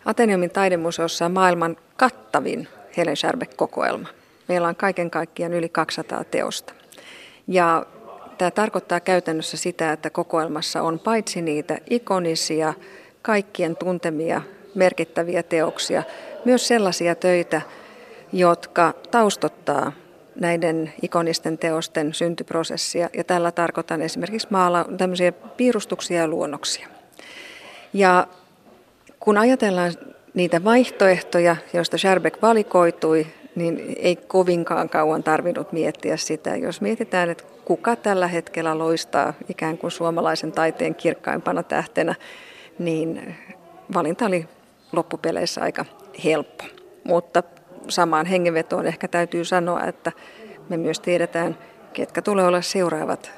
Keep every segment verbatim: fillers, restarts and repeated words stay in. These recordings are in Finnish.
Ateneumin taidemuseossa on maailman kattavin Helen Scherbeck-kokoelma. Meillä on kaiken kaikkiaan yli kaksisataa teosta. Ja tämä tarkoittaa käytännössä sitä, että kokoelmassa on paitsi niitä ikonisia, kaikkien tuntemia, merkittäviä teoksia, myös sellaisia töitä, jotka taustottaa näiden ikonisten teosten syntyprosessia. Ja tällä tarkoitan esimerkiksi maala, tämmöisiä piirustuksia ja luonnoksia. Ja kun ajatellaan niitä vaihtoehtoja, joista Scherbeck valikoitui, niin ei kovinkaan kauan tarvinnut miettiä sitä. Jos mietitään, että kuka tällä hetkellä loistaa ikään kuin suomalaisen taiteen kirkkaimpana tähtenä, niin valinta oli loppupeleissä aika helppo. Mutta samaan hengenvetoon ehkä täytyy sanoa, että me myös tiedetään, ketkä tulee olla seuraavat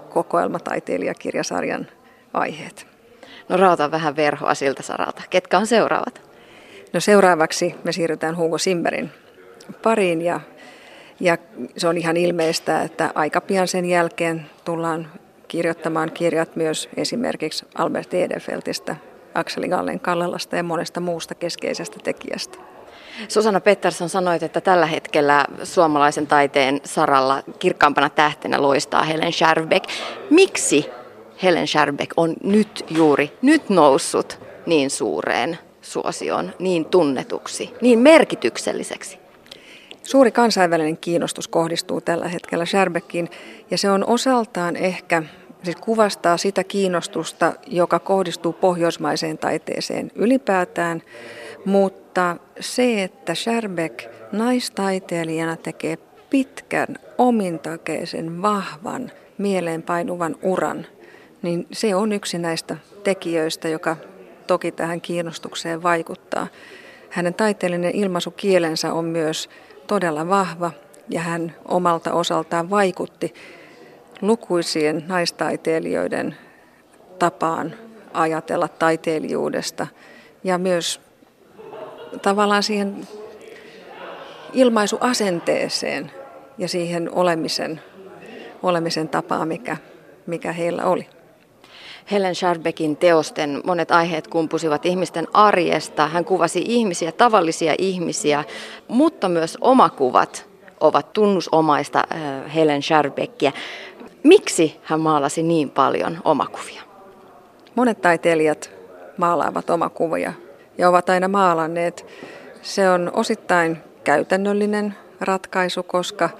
kokoelmataiteilijakirjasarjan aiheet. No raotan vähän verhoa siltä saralta. Ketkä on seuraavat? No seuraavaksi me siirrytään Hugo Zimmerin pariin ja, ja se on ihan ilmeistä, että aika pian sen jälkeen tullaan kirjoittamaan kirjat myös esimerkiksi Albert Edelfeltistä, Akseli Gallen Kallelasta ja monesta muusta keskeisestä tekijästä. Susanna Pettersson, sanoit, että tällä hetkellä suomalaisen taiteen saralla kirkkaampana tähtenä loistaa Helen Scherbeck. Miksi Helen Scherbeck on nyt juuri nyt noussut niin suureen suosioon, niin tunnetuksi, niin merkitykselliseksi? Suuri kansainvälinen kiinnostus kohdistuu tällä hetkellä Scherbeckiin ja se on osaltaan ehkä, siis kuvastaa sitä kiinnostusta, joka kohdistuu pohjoismaiseen taiteeseen ylipäätään, mutta se, että Scherbeck naistaiteilijana tekee pitkän, omintakeisen, vahvan, mieleenpainuvan uran, niin se on yksi näistä tekijöistä, joka toki tähän kiinnostukseen vaikuttaa. Hänen taiteellinen ilmaisukielensä on myös todella vahva ja hän omalta osaltaan vaikutti lukuisien naistaiteilijoiden tapaan ajatella taiteilijuudesta ja myös tavallaan siihen ilmaisuasenteeseen ja siihen olemisen, olemisen tapaan, mikä, mikä heillä oli. Helen Scherbeckin teosten monet aiheet kumpusivat ihmisten arjesta. Hän kuvasi ihmisiä, tavallisia ihmisiä, mutta myös omakuvat ovat tunnusomaista Helen Scherbeckiä. Miksi hän maalasi niin paljon omakuvia? Monet taiteilijat maalaavat omakuvia ja ovat aina maalanneet. Se on osittain käytännöllinen ratkaisu, koska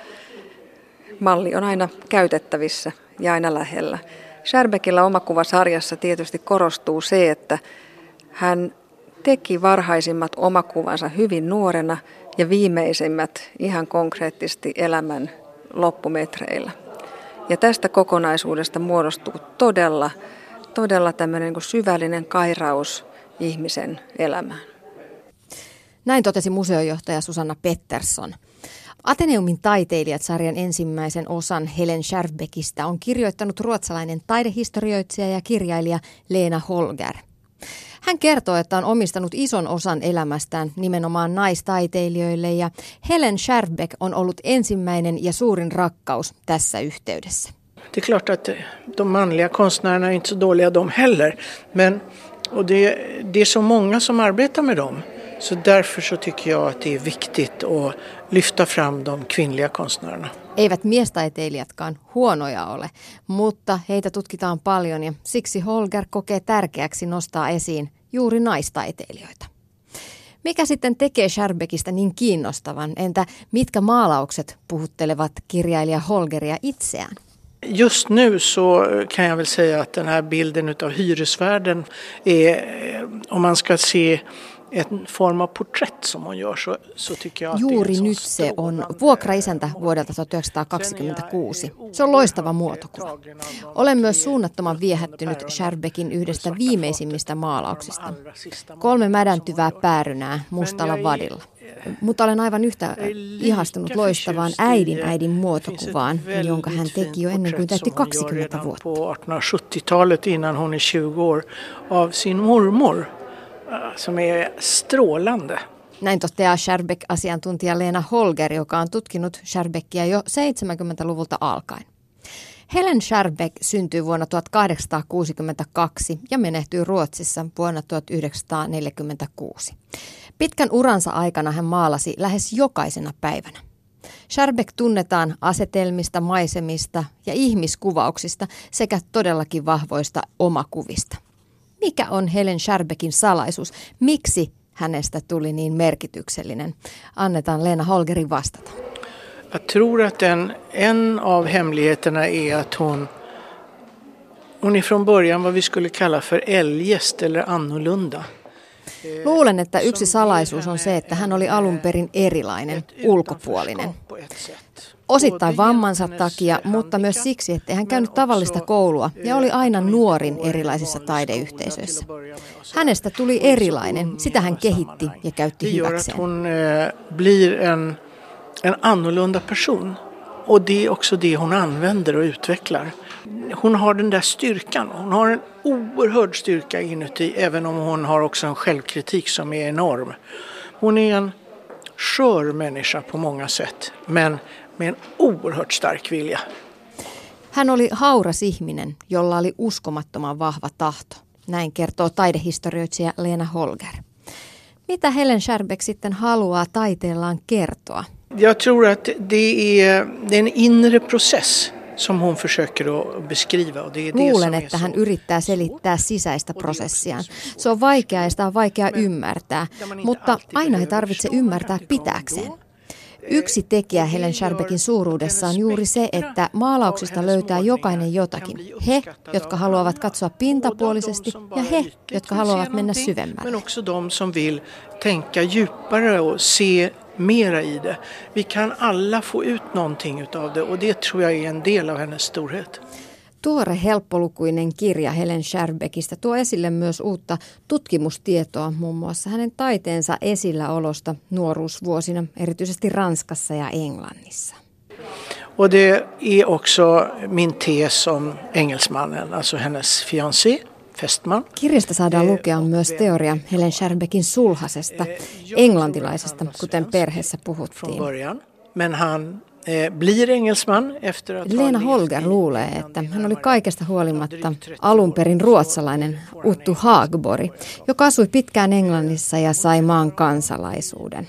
malli on aina käytettävissä ja aina lähellä. Scherbeckillä omakuvasarjassa tietysti korostuu se, että hän teki varhaisimmat omakuvansa hyvin nuorena ja viimeisimmät ihan konkreettisesti elämän loppumetreillä. Ja tästä kokonaisuudesta muodostuu todella, todella tämmöinen niin kuin syvällinen kairaus ihmisen elämään. Näin totesi museojohtaja Susanna Pettersson. Ateneumin taiteilijat-sarjan ensimmäisen osan Helen Scherbeckistä on kirjoittanut ruotsalainen taidehistorioitsija ja kirjailija Lena Holger. Hän kertoo, että on omistanut ison osan elämästään nimenomaan naistaiteilijoille ja Helen Scherbeck on ollut ensimmäinen ja suurin rakkaus tässä yhteydessä. Det är klart att de manliga konstnärerna är inte så dåliga de heller, men och det, det är så många som arbetar med dem. Så därför så tycker jag att det är viktigt att lyfta fram de kvinnliga konstnärerna. Eivät miestaiteilijatkaan huonoja ole, mutta heitä tutkitaan paljon ja siksi Holger kokee tärkeäksi nostaa esiin juuri naistaiteilijoita. Mikä sitten tekee Scherbeckistä niin kiinnostavan? Entä mitkä maalaukset puhuttelevat kirjailija Holgeria itseään? Just nu så kan jag väl säga att den här bilden av hyresvärden är, om man ska se en form av porträtt som hon gör, så, så tycker jag att Juuri det är nyt se on vuokraisäntä vuodelta tuhatyhdeksänsataakaksikymmentäkuusi. Se on loistava muotokuva. Olen myös suunnattoman viehättynyt Scherbeckin yhdestä viimeisimmistä maalauksista. Kolme mädäntyvää päärynää mustalla vadilla. Mutta olen aivan yhtä ihastunut loistavaan äidin äidin muotokuvaan, jonka hän teki jo ennen kuin täytti kaksikymmentä vuotta. På artonhundrasjuttiotalet innan hon är tjugo år av sin mormor, som är strålande. Näin toteaa Scherbeck-asiantuntija Lena Holger, joka on tutkinut Scherbeckia jo seitsemänkymmentäluvulta alkaen. Helen Skärbeck syntyi vuonna tuhatkahdeksansataakuusikymmentäkaksi ja menehtyi Ruotsissa vuonna tuhatyhdeksänsataaneljäkymmentäkuusi. Pitkän uransa aikana hän maalasi lähes jokaisena päivänä. Skärbeck tunnetaan asetelmista, maisemista ja ihmiskuvauksista sekä todellakin vahvoista omakuvista. Mikä on Helen Skärbeckin salaisuus? Miksi hänestä tuli niin merkityksellinen? Annetaan Lena Holgerin vastata. Jag tror att en, en av hemligheterna är att hon, hon är från början vad vi skulle kalla för eljest eller annorlunda. Luulen, että yksi salaisuus on se, että hän oli alun perin erilainen, ulkopuolinen. Osittain vammansa takia, mutta myös siksi, että hän käynyt tavallista koulua ja oli aina nuorin erilaisissa taideyhteisöissä. Hänestä tuli erilainen, sitä hän kehitti ja käytti hyväkseen. Hon blir en, en annorlunda person och det är också det hon använder och utvecklar. Hon har den där styrkan, hon har en oerhörd styrka inuti även om hon har också en självkritik som är enorm. Hon är en skör människa på många sätt, men med en oerhört stark vilja. Hän oli hauras ihminen, jolla oli uskomattoman vahva tahto. Näin kertoo taidehistorioitsija Lena Holger. Mitä Helen Skärbeck sitten haluaa taiteellaan kertoa? Jag tror att det är, det är en inre process som hon försöker att beskriva. Och det är det Luulen, som että är hän så yrittää selittää sisäistä prosessiaan. Se on vaikeaa ja sitä on vaikea ymmärtää, mutta aina ei tarvitse ymmärtää pitääkseen. Yksi tekijä Helen Skärbekin suuruudessa on juuri se, että maalauksista löytää jokainen jotakin. He, jotka haluavat katsoa pintapuolisesti ja he, jotka haluavat mennä syvemmälle. Men också de som vill tänka djupare och se mera i det. Vi kan alla få ut någonting utav det och det tror jag är en del av hennes storhet. Tuore helppolukuinen kirja Helen Skärbeckistä tuo esille myös uutta tutkimustietoa, muun muassa hänen taiteensa esilläolosta nuoruusvuosina, erityisesti Ranskassa ja Englannissa. Och det är också min tes om engelsmannen, alltså hennes fiancé, fästman. Kirjasta saadaan lukea myös teoria Helen Skärbeckin sulhasesta, englantilaisesta, kuten perheessä puhuttiin. Men han blir engelsman efter att Lena Holger luulee, että hän oli kaikesta huolimatta alun perin ruotsalainen Uttu Hagborg, joka asui pitkään Englannissa ja sai maan kansalaisuuden.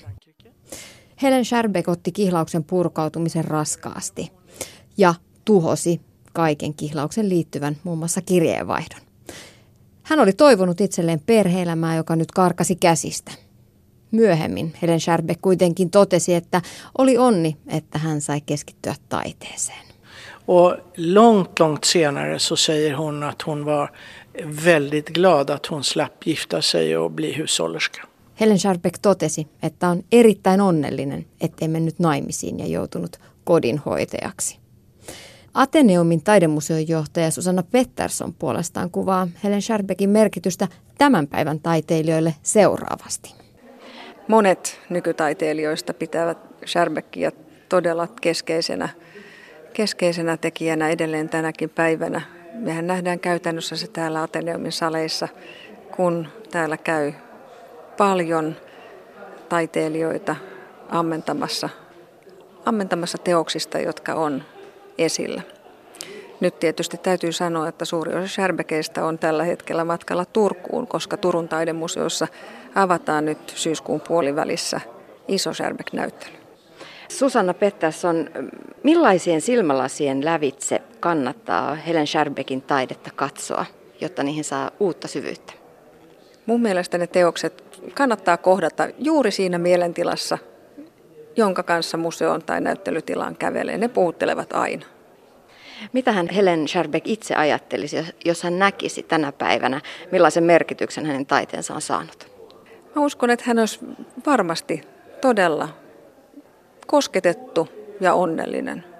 Helen Skärbeck otti kihlauksen purkautumisen raskaasti ja tuhosi kaiken kihlauksen liittyvän muun muassa kirjeenvaihdon. Hän oli toivonut itselleen perhe-elämää, joka nyt karkasi käsistä. Myöhemmin Helen Skärbeck kuitenkin totesi, että oli onni, että hän sai keskittyä taiteeseen. Och långt, långt senare så säger hon att hon var väldigt glad att hon slapp gifta sig och bli hushållerska. Helen Skärbeck totesi, että on erittäin onnellinen, ettei mennyt naimisiin ja joutunut kodinhoitajaksi. Ateneumin taidemuseon johtaja Susanna Pettersson puolestaan kuvaa Helen Skärбeckin merkitystä tämän päivän taiteilijoille seuraavasti. Monet nykytaiteilijoista pitävät Skärбeckia todella keskeisenä, keskeisenä tekijänä edelleen tänäkin päivänä. Mehän nähdään käytännössä se täällä Ateneumin saleissa, kun täällä käy paljon taiteilijoita ammentamassa, ammentamassa teoksista, jotka on esillä. Nyt tietysti täytyy sanoa, että suuri osa Skärbeckistä on tällä hetkellä matkalla Turkuun, koska Turun taidemuseossa avataan nyt syyskuun puolivälissä iso Skärbeck-näyttely. Susanna Pettersson, millaisien silmälasien lävitse kannattaa Helen Skärбeckin taidetta katsoa, jotta niihin saa uutta syvyyttä? Mun mielestä ne teokset kannattaa kohdata juuri siinä mielentilassa, jonka kanssa museon tai näyttelytilaan kävelee. Ne puhuttelevat aina. Mitä hän Helen Skärbeck itse ajattelisi, jos hän näkisi tänä päivänä, millaisen merkityksen hänen taiteensa on saanut? Mä uskon, että hän olisi varmasti todella kosketettu ja onnellinen.